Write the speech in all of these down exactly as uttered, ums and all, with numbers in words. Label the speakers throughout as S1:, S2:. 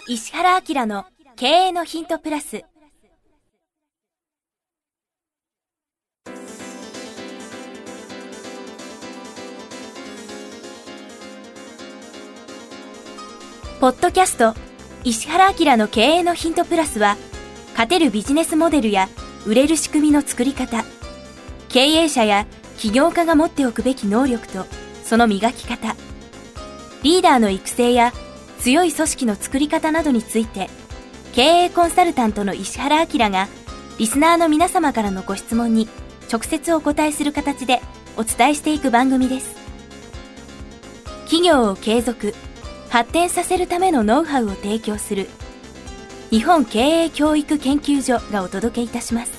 S1: 石原明の経営のヒントプラス。ポッドキャスト石原明の経営のヒントプラスは、勝てるビジネスモデルや売れる仕組みの作り方、経営者や起業家が持っておくべき能力とその磨き方、リーダーの育成や強い組織の作り方などについて、経営コンサルタントの石原明がリスナーの皆様からのご質問に直接お答えする形でお伝えしていく番組です。企業を継続発展させるためのノウハウを提供する日本経営教育研究所がお届けいたします。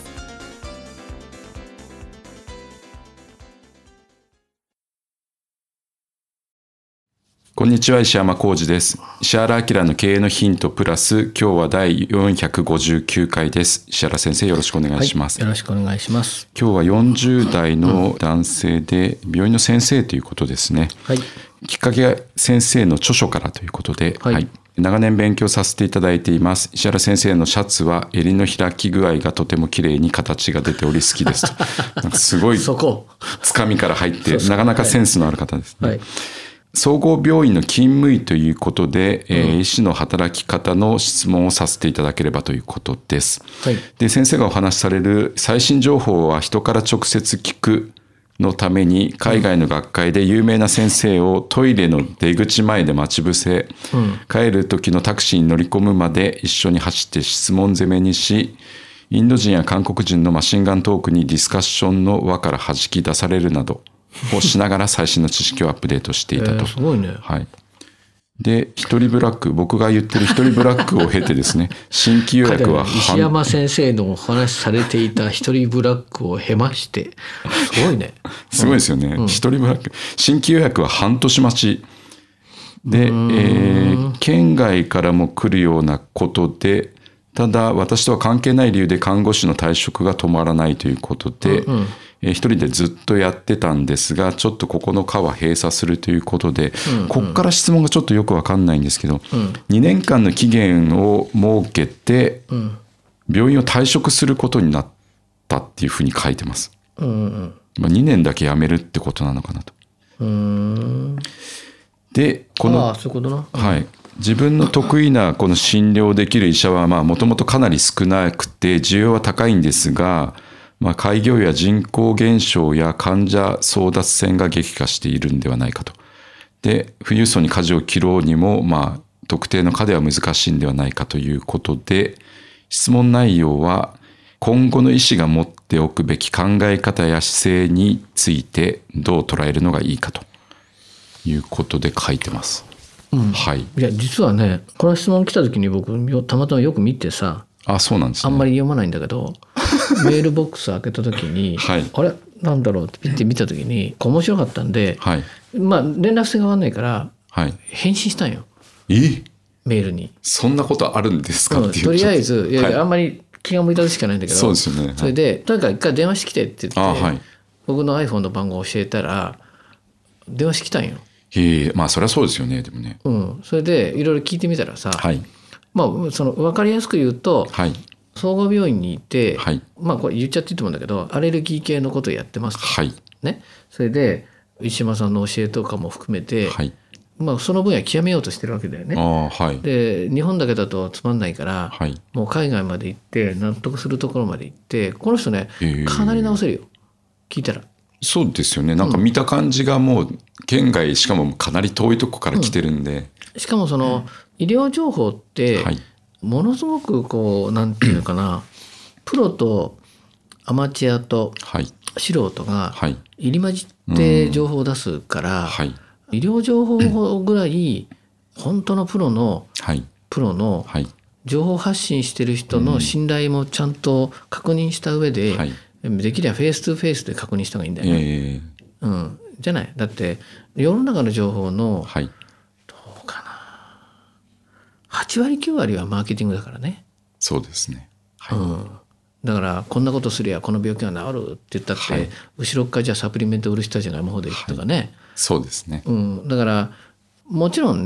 S2: こんにちは、石山浩二です。石原明の経営のヒントプラス、今日はだいよんひゃくごじゅうきゅうかいです。石原先生、よろしくお願いします。
S3: はい、よろしくお願いします。
S2: 今日はよんじゅうだいの男性で病院の先生ということですね。
S3: はい、
S2: きっかけは先生の著書からということで、
S3: はい
S2: はい、長年勉強させていただいています。石原先生のシャツは襟の開き具合がとても綺麗に形が出ており好きですと。なんかすごい
S3: そこ
S2: つかみから入って
S3: そうそう
S2: なかなかセンスのある方ですね。
S3: はい、
S2: 総合病院の勤務医ということで、うん、えー、医師の働き方の質問をさせていただければということです。
S3: はい、
S2: で、先生がお話しされる最新情報は人から直接聞くのために、海外の学会で有名な先生をトイレの出口前で待ち伏せ、うん、帰る時のタクシーに乗り込むまで一緒に走って質問攻めにし、インド人や韓国人のマシンガントークにディスカッションの輪から弾き出されるなどをしながら最新の知識をアップデートしていたと。
S3: えー、すごいね。
S2: はい。で、一人ブラック、僕が言ってる一人ブラックを経てですね、新規予約は
S3: 石山先生のお話しされていた一人ブラックを経まして、すごいね。
S2: すごいですよね。一、うん、人ブラック。新規予約は半年待ち。で、えー、県外からも来るようなことで、ただ私とは関係ない理由で看護師の退職が止まらないということで、うんうん、えー、一人でずっとやってたんですが、ちょっとここの科は閉鎖するということで、うんうん、ここから質問がちょっとよくわかんないんですけど、うん、にねんかんの期限を設けて、うん、病院を退職することになったっていうふうに書いてます。うんうん、まあ、にねんだけ辞めるってことなのかなと。
S3: うーん、
S2: で、この、
S3: ああ、そういうことな。
S2: うん、はい。自分の得意なこの診療できる医者はまあもともとかなり少なくて需要は高いんですが、まあ開業や人口減少や患者争奪戦が激化しているんではないかと。で、富裕層に舵を切ろうにもまあ特定の科では難しいんではないかということで、質問内容は今後の医師が持っておくべき考え方や姿勢についてどう捉えるのがいいかということで書いてます。
S3: うん、
S2: はい、
S3: いや実はね、この質問来た時に僕たまたまよく見てさ、
S2: あ、そうなんですね、
S3: あんまり読まないんだけどメールボックス開けた時に、はい、あれなんだろうってピッて見た時に面白かったんで、はい、まあ連絡性が合わないから、はい、返信したんよ。
S2: え
S3: メールに。
S2: そんなことあるんですか、
S3: うん、
S2: っていう。
S3: とりあえずいやいや、はい、あんまり気が向いたしかないんだけど、
S2: そうですよね、はい、
S3: それでとにかく一回電話してきてって言って、
S2: はい、
S3: 僕の iPhone の番号を教えたら電話してきたんよ。
S2: へえ、まあそれはそうですよね。でもね、
S3: うん、それでいろいろ聞いてみたらさ、はい、まあその分かりやすく言うと、はい、総合病院にいて、はい、まあこれ言っちゃっていいと思うんだけど、アレルギー系のことをやってますと、はい、ね、それで石山さんの教えとかも含めて、はい、まあその分野極めようとしてるわけだよね。あ、はい、で日本だけだとつまんないから、はい、もう海外まで行って納得するところまで行って、この人ねかなり直せるよ、聞いたら。
S2: そうですよね。なんか見た感じがもう県外、しかもかなり遠いとこから来てるんで、
S3: うん、しかもその医療情報ってものすごくこうなんていうのかなプロとアマチュアと素人が入り混じって情報を出すから、はい、医療情報ぐらい本当のプロの、はい、プロの情報発信してる人の信頼もちゃんと確認した上で、はい、できればフェイストゥフェイスで確認した方がいいんだよね、えーうん、じゃない。だって世の中の情報の、はい、どうかなはちわりきゅうわりはマーケティングだからね。
S2: そうですね、はい、
S3: うん、だからこんなことすりゃこの病気が治るって言ったって、はい、後ろっかじゃサプリメント売る人たちが山ほどいるとかね、はい、
S2: そうですね、
S3: うん、だからもちろんね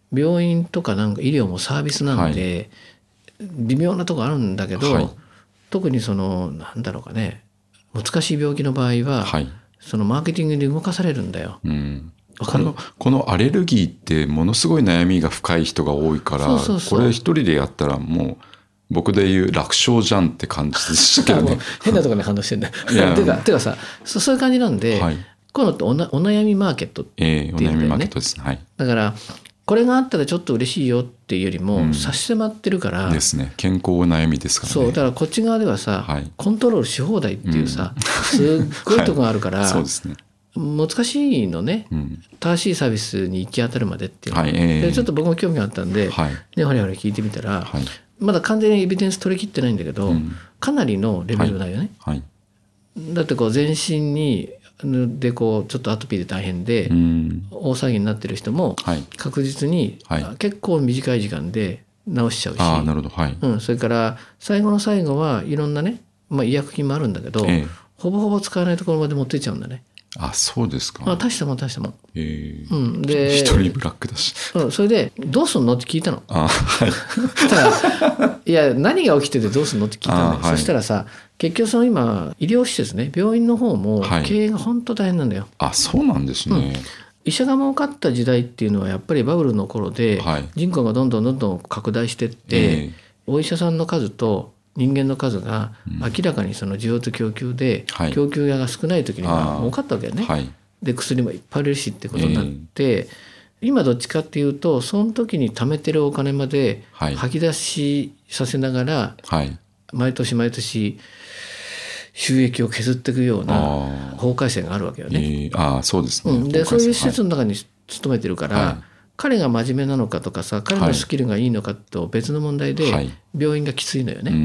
S3: 病院とかなんか医療もサービスなんで、はい、微妙なとこあるんだけど、はい、特にそのなんだろうかね、難しい病気の場合は、はい、そのマーケティングで動かされるんだよ。うん、
S2: この、このアレルギーってものすごい悩みが深い人が多いから、そうそうそう、これ一人でやったらもう僕で言う楽勝じゃんって感じでしたけどね。
S3: 変なところに反応してんだよ。てか、てかさ、そ、そういう感じなんで、はい、こういうのっておなお悩みマーケットって言うんだよね。えー、お悩みマーケットですね。はい。だからこれがあったらちょっと嬉しいよっていうよりも、うん、差し迫ってるから。
S2: ですね。健康悩みですからね。
S3: そう、だからこっち側ではさ、はい、コントロールし放題っていうさ、うん、すっごいとこがあるから、はい、そうですね。難しいのね、うん、正しいサービスに行き当たるまでっていうの、はい、えー、でちょっと僕も興味があったんで、はい、ね、ほりほり聞いてみたら、はい、まだ完全にエビデンス取り切ってないんだけど、うん、かなりのレベルだよね、はいはい、だってこう全身にでこうちょっとアトピーで大変で、うん、大騒ぎになってる人も確実に結構短い時間で治しちゃうし、あ、なるほど、はい、うん、それから最後の最後はいろんなね、まあ、医薬品もあるんだけど、えー、ほぼほぼ使わないところまで持っていっちゃうんだね。
S2: あ、そうですか。
S3: まあ、大したもん大したもん。
S2: えー、うん、で一人ブラックだし、
S3: うん、それでどうすんのって聞いたの。あ、はい。たらいや何が起きててどうすんのって聞いたんだよ。はい、そしたらさ、結局その今医療施設ね、病院の方も経営が本当大変なんだよ。はい、
S2: あ、そうなんですね。うん、
S3: 医者が儲かった時代っていうのはやっぱりバブルの頃で、はい、人口がどんどんどんどん拡大してって、えー、お医者さんの数と人間の数が明らかにその需要と供給で、うん、供給が少ない時には儲かったわけよね。はい、で薬もいっぱい売れるしってことになって、えー、今どっちかっていうとその時に貯めてるお金まで吐き出しさせながら、はい、毎年毎年収益を削っていくような法改正があるわけよね。
S2: えー、あ、そうですね。
S3: うん、でそういう施設の中に勤めてるから、はい、彼が真面目なのかとかさ、彼のスキルがいいのかと別の問題で病院がきついのよね。はい、うん、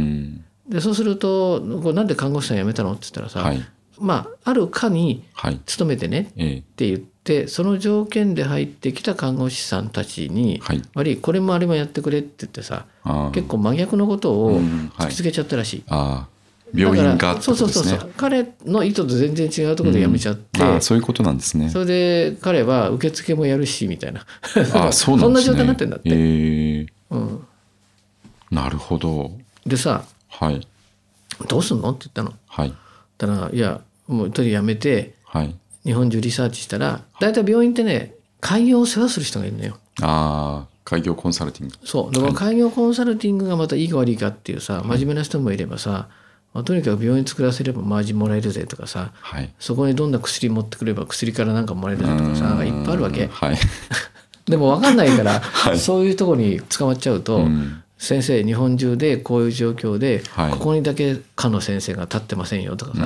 S3: でそうするとこうなんで看護師さん辞めたのって言ったらさ、はい、まあある科に勤めてねって言って、はい、その条件で入ってきた看護師さんたちに、はい、悪いこれもあれもやってくれって言ってさ、結構真逆のことを突きつけちゃったらしい。うん、はい、あ、病院がってことですね。そうそうそうそう、彼の意図と全然違うところで辞めちゃって、うん、あ、そういうことなんですね。それで彼は受付もやるしみたいな、あ、そうなんですね。そんな状態になってんだって。えー、うん、
S2: なるほど。
S3: でさ、はい、どうすんのって言ったの。はい、だからいやもう一人辞めて、はい、日本中リサーチしたらだいたい病院ってね、開業を世話する人がいるのよ。
S2: ああ、開業コンサルティング。
S3: そうだから開業コンサルティングがまたいいか悪いかっていうさ、真面目な人もいればさ、まあ、とにかく病院作らせればマージンもらえるぜとかさ、はい、そこにどんな薬持ってくれば薬からなんかもらえるぜとかさ、いっぱいあるわけ、はい、でも分かんないから、はい、そういうところに捕まっちゃうと、うん、先生日本中でこういう状況で、はい、ここにだけ科の先生が立ってませんよとかさ、うん、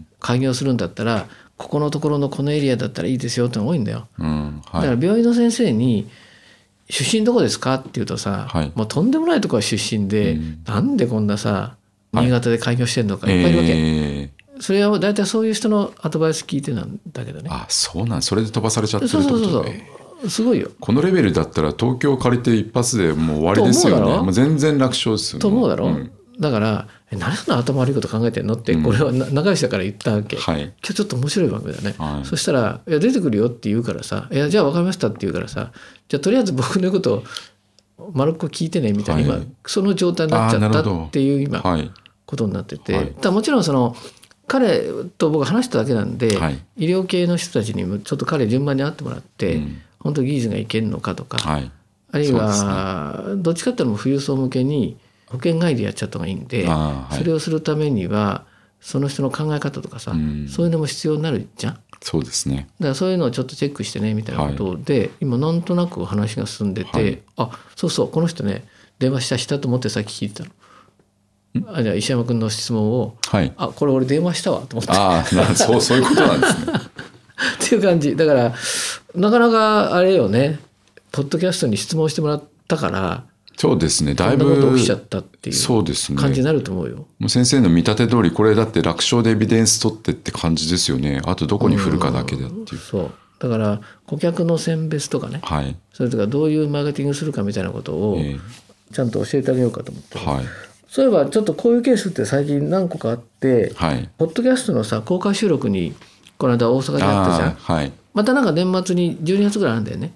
S3: 開業するんだったらここのところのこのエリアだったらいいですよってのが多いんだよ、うん、はい、だから病院の先生に出身どこですかって言うとさ、はい、もうとんでもないところは出身で、うん、なんでこんなさ新潟で開業してるのかいっぱいいるわけ、えー、それは大体そういう人のアドバイス聞いてなんだけどね。
S2: あ、そうなん、それで飛ばされちゃってるってこと。そうそうそう
S3: そう、すごいよ。
S2: このレベルだったら東京借りて一発でもう終わりですよね。もう全然楽勝ですよね。
S3: と思うだろ、うん、だからえ何そんな頭悪いこと考えてんのって、これは長い人から言ったわけ、うん、はい、今日ちょっと面白い番組だね、はい、そしたらいや出てくるよって言うからさ、いやじゃあ分かりましたって言うからさ、じゃあとりあえず僕の言うことを丸っこ聞いてねみたいな、はい、今その状態になっちゃったっていう今、はい、ことになってて、はい、ただもちろんその彼と僕話しただけなんで、はい、医療系の人たちにもちょっと彼順番に会ってもらって、うん、本当に技術がいけるのかとか、はい、あるいは、ね、どっちかっていうと富裕層向けに保険外でやっちゃった方がいいんで、はい、それをするためにはその人の考え方とかさ、うん、そういうのも必要になるじゃん。
S2: そうですね。
S3: だからそういうのをちょっとチェックしてねみたいなことで、はい、今なんとなく話が進んでて、はい、あ、そうそうこの人ね電話したしたと思ってさっき聞いてたの。あ、じゃあ石山君の質問を、はい、あ、これ俺電話したわと思って、
S2: ああ、そう、そういうことなんですね
S3: っていう感じだから、なかなかあれよね、ポッドキャストに質問してもらったから、
S2: そうですね、だいぶ
S3: こんなこと起きちゃったっていう感じになると思うよ。
S2: もう先生の見立て通りこれだって楽勝でエビデンス取ってって感じですよね。あとどこに振るかだけだっていう。
S3: そうだから顧客の選別とかね、はい、それとかどういうマーケティングするかみたいなことをちゃんと教えてあげようかと思って、えーはい、そういえばちょっとこういうケースって最近何個かあって、はい、ポッドキャストのさ公開収録にこの間大阪でやったじゃん、はい、またなんか年末にじゅうにがつぐらいあるんだよね。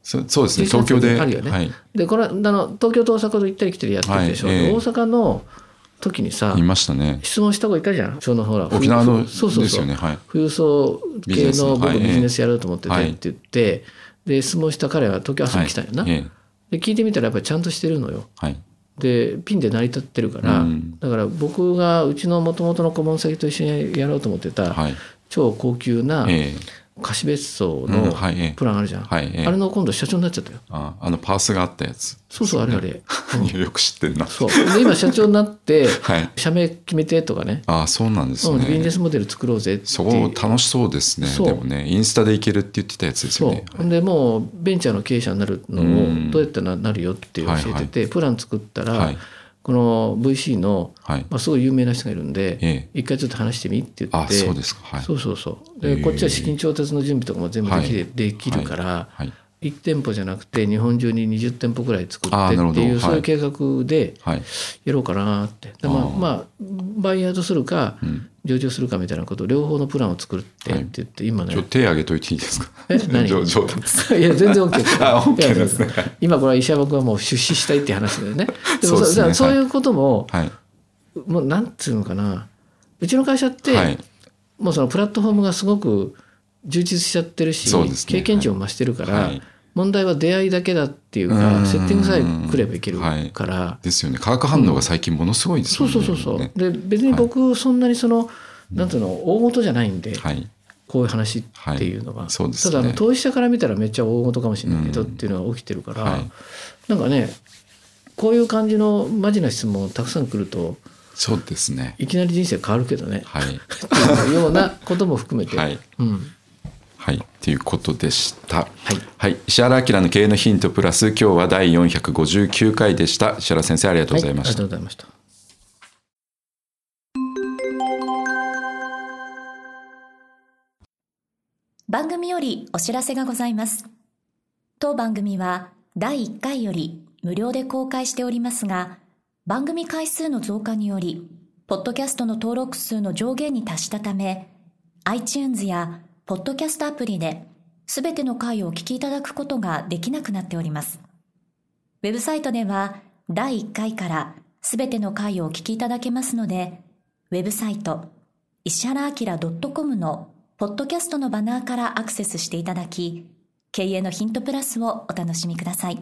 S2: そ, そうですね、東京で
S3: あるよね、
S2: はい、
S3: でこれあの東京と大阪と行ったり来たりやってるでしょ、はいえー、大阪の時にさ
S2: いましたね、
S3: 質問した子いたじゃん、そのほら
S2: 沖縄の
S3: そうそうそう
S2: ですよね、はい、
S3: 富裕層系の僕ビジネスやろうと思っててって言って、はい、で質問した彼は東京遊びに来たんやな、はいえー、で聞いてみたらやっぱりちゃんとしてるのよ、はい、でピンで成り立ってるから、うん、だから僕がうちの元々の顧問先と一緒にやろうと思ってた、はい、超高級な、えー貸別荘のプランあるじゃん、うんはいはい、あれの今度社長になっちゃったよ。
S2: あ, あのパースがあったやつ、
S3: そうそうあれあれ、
S2: うん、よく知ってるな。
S3: そうで今社長になって、はい、社名決めてとかね、
S2: あそうなんですね、
S3: うん、ビジネスモデル作ろうぜって、
S2: そこ楽しそうですね。でもねインスタでいけるって言ってたやつですよね。
S3: そう、はい、でもうベンチャーの経営者になるのをどうやってなるよって教えてて、はいはい、プラン作ったら、はいこの ブイシー の、はいまあ、すごい有名な人がいるんで、ええ、一回ちょっと話してみって言って、あそうですか、はい、そうそうそうで、えー、こっちは資金調達の準備とかも全部でき,、はい、できるから、はいはい、いち店舗じゃなくて日本中ににじゅう店舗ぐらい作ってっていうそういう計画でやろうかなって、はいまあまあ、バイヤーとするか、うん、上場するかみたいなこと両方のプランを作ってって言って、はい、今ね
S2: ちょっと手挙げといていいですか。
S3: え何
S2: 冗談です
S3: いや全然 OK です。
S2: あ OK ですね。
S3: 今これは石山君はもう出資したいっていう話だよね。でも そ, そう, ね、そういうことも、はい、もうなんていうのかな、うちの会社って、はい、もうそのプラットフォームがすごく充実しちゃってるし、ね、経験値も増してるから、はい、問題は出会いだけだっていうかセッティングさえ来ればいけるから、はい、
S2: ですよね。化学反応が最近ものすごいですよね、
S3: うん、そうそうそうそう。で別に僕そんなにその、はい、なんていうの大事じゃないんで、はい、こういう話っていうのは、はいそうですね、ただあの投資者から見たらめっちゃ大事かもしれないけどっていうのが起きてるから、うんはい、なんかねこういう感じのマジな質問たくさん来ると
S2: そうですね
S3: いきなり人生変わるけどね、はい、っていうようなことも含めて、
S2: はい
S3: うん
S2: はい、ということでした、はいはい、石原明の経営のヒントプラス今日はだいよんひゃくごじゅうきゅうかいでした。石原先生ありがとうございました、
S3: はい、ありがとうございました。
S1: 番組よりお知らせがございます。当番組はだいいっかいより無料で公開しておりますが、番組回数の増加によりポッドキャストの登録数の上限に達したため iTunes やポッドキャストアプリですべての回をお聞きいただくことができなくなっております。ウェブサイトではだいいっかいからすべての回をお聞きいただけますので、ウェブサイト石原明 .com のポッドキャストのバナーからアクセスしていただき、経営のヒントプラスをお楽しみください。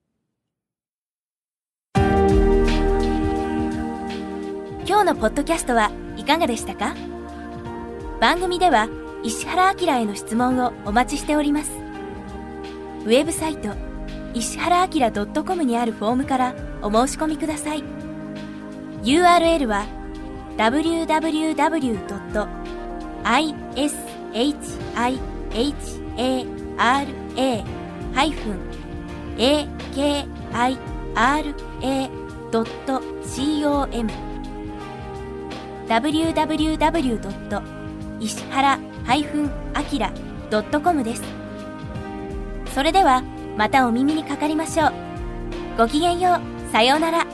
S1: 今日のポッドキャストはいかがでしたか？番組では石原明への質問をお待ちしております。ウェブサイト石原明 .com にあるフォームからお申し込みください。 ユーアールエル は ダブリューダブリューダブリュードットアイエスエイチアイエイチエーアールエー ハイフン エーケーアイアールエー ドット コム ダブリューダブリューダブリュー ドット 石原 アキラ ドット コム です。それではまたお耳にかかりましょう。ごきげんよう。さようなら。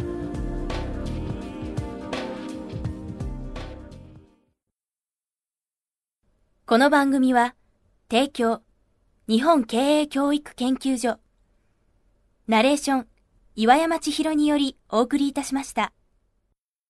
S1: この番組は提供日本経営教育研究所ナレーション岩山千尋によりお送りいたしました。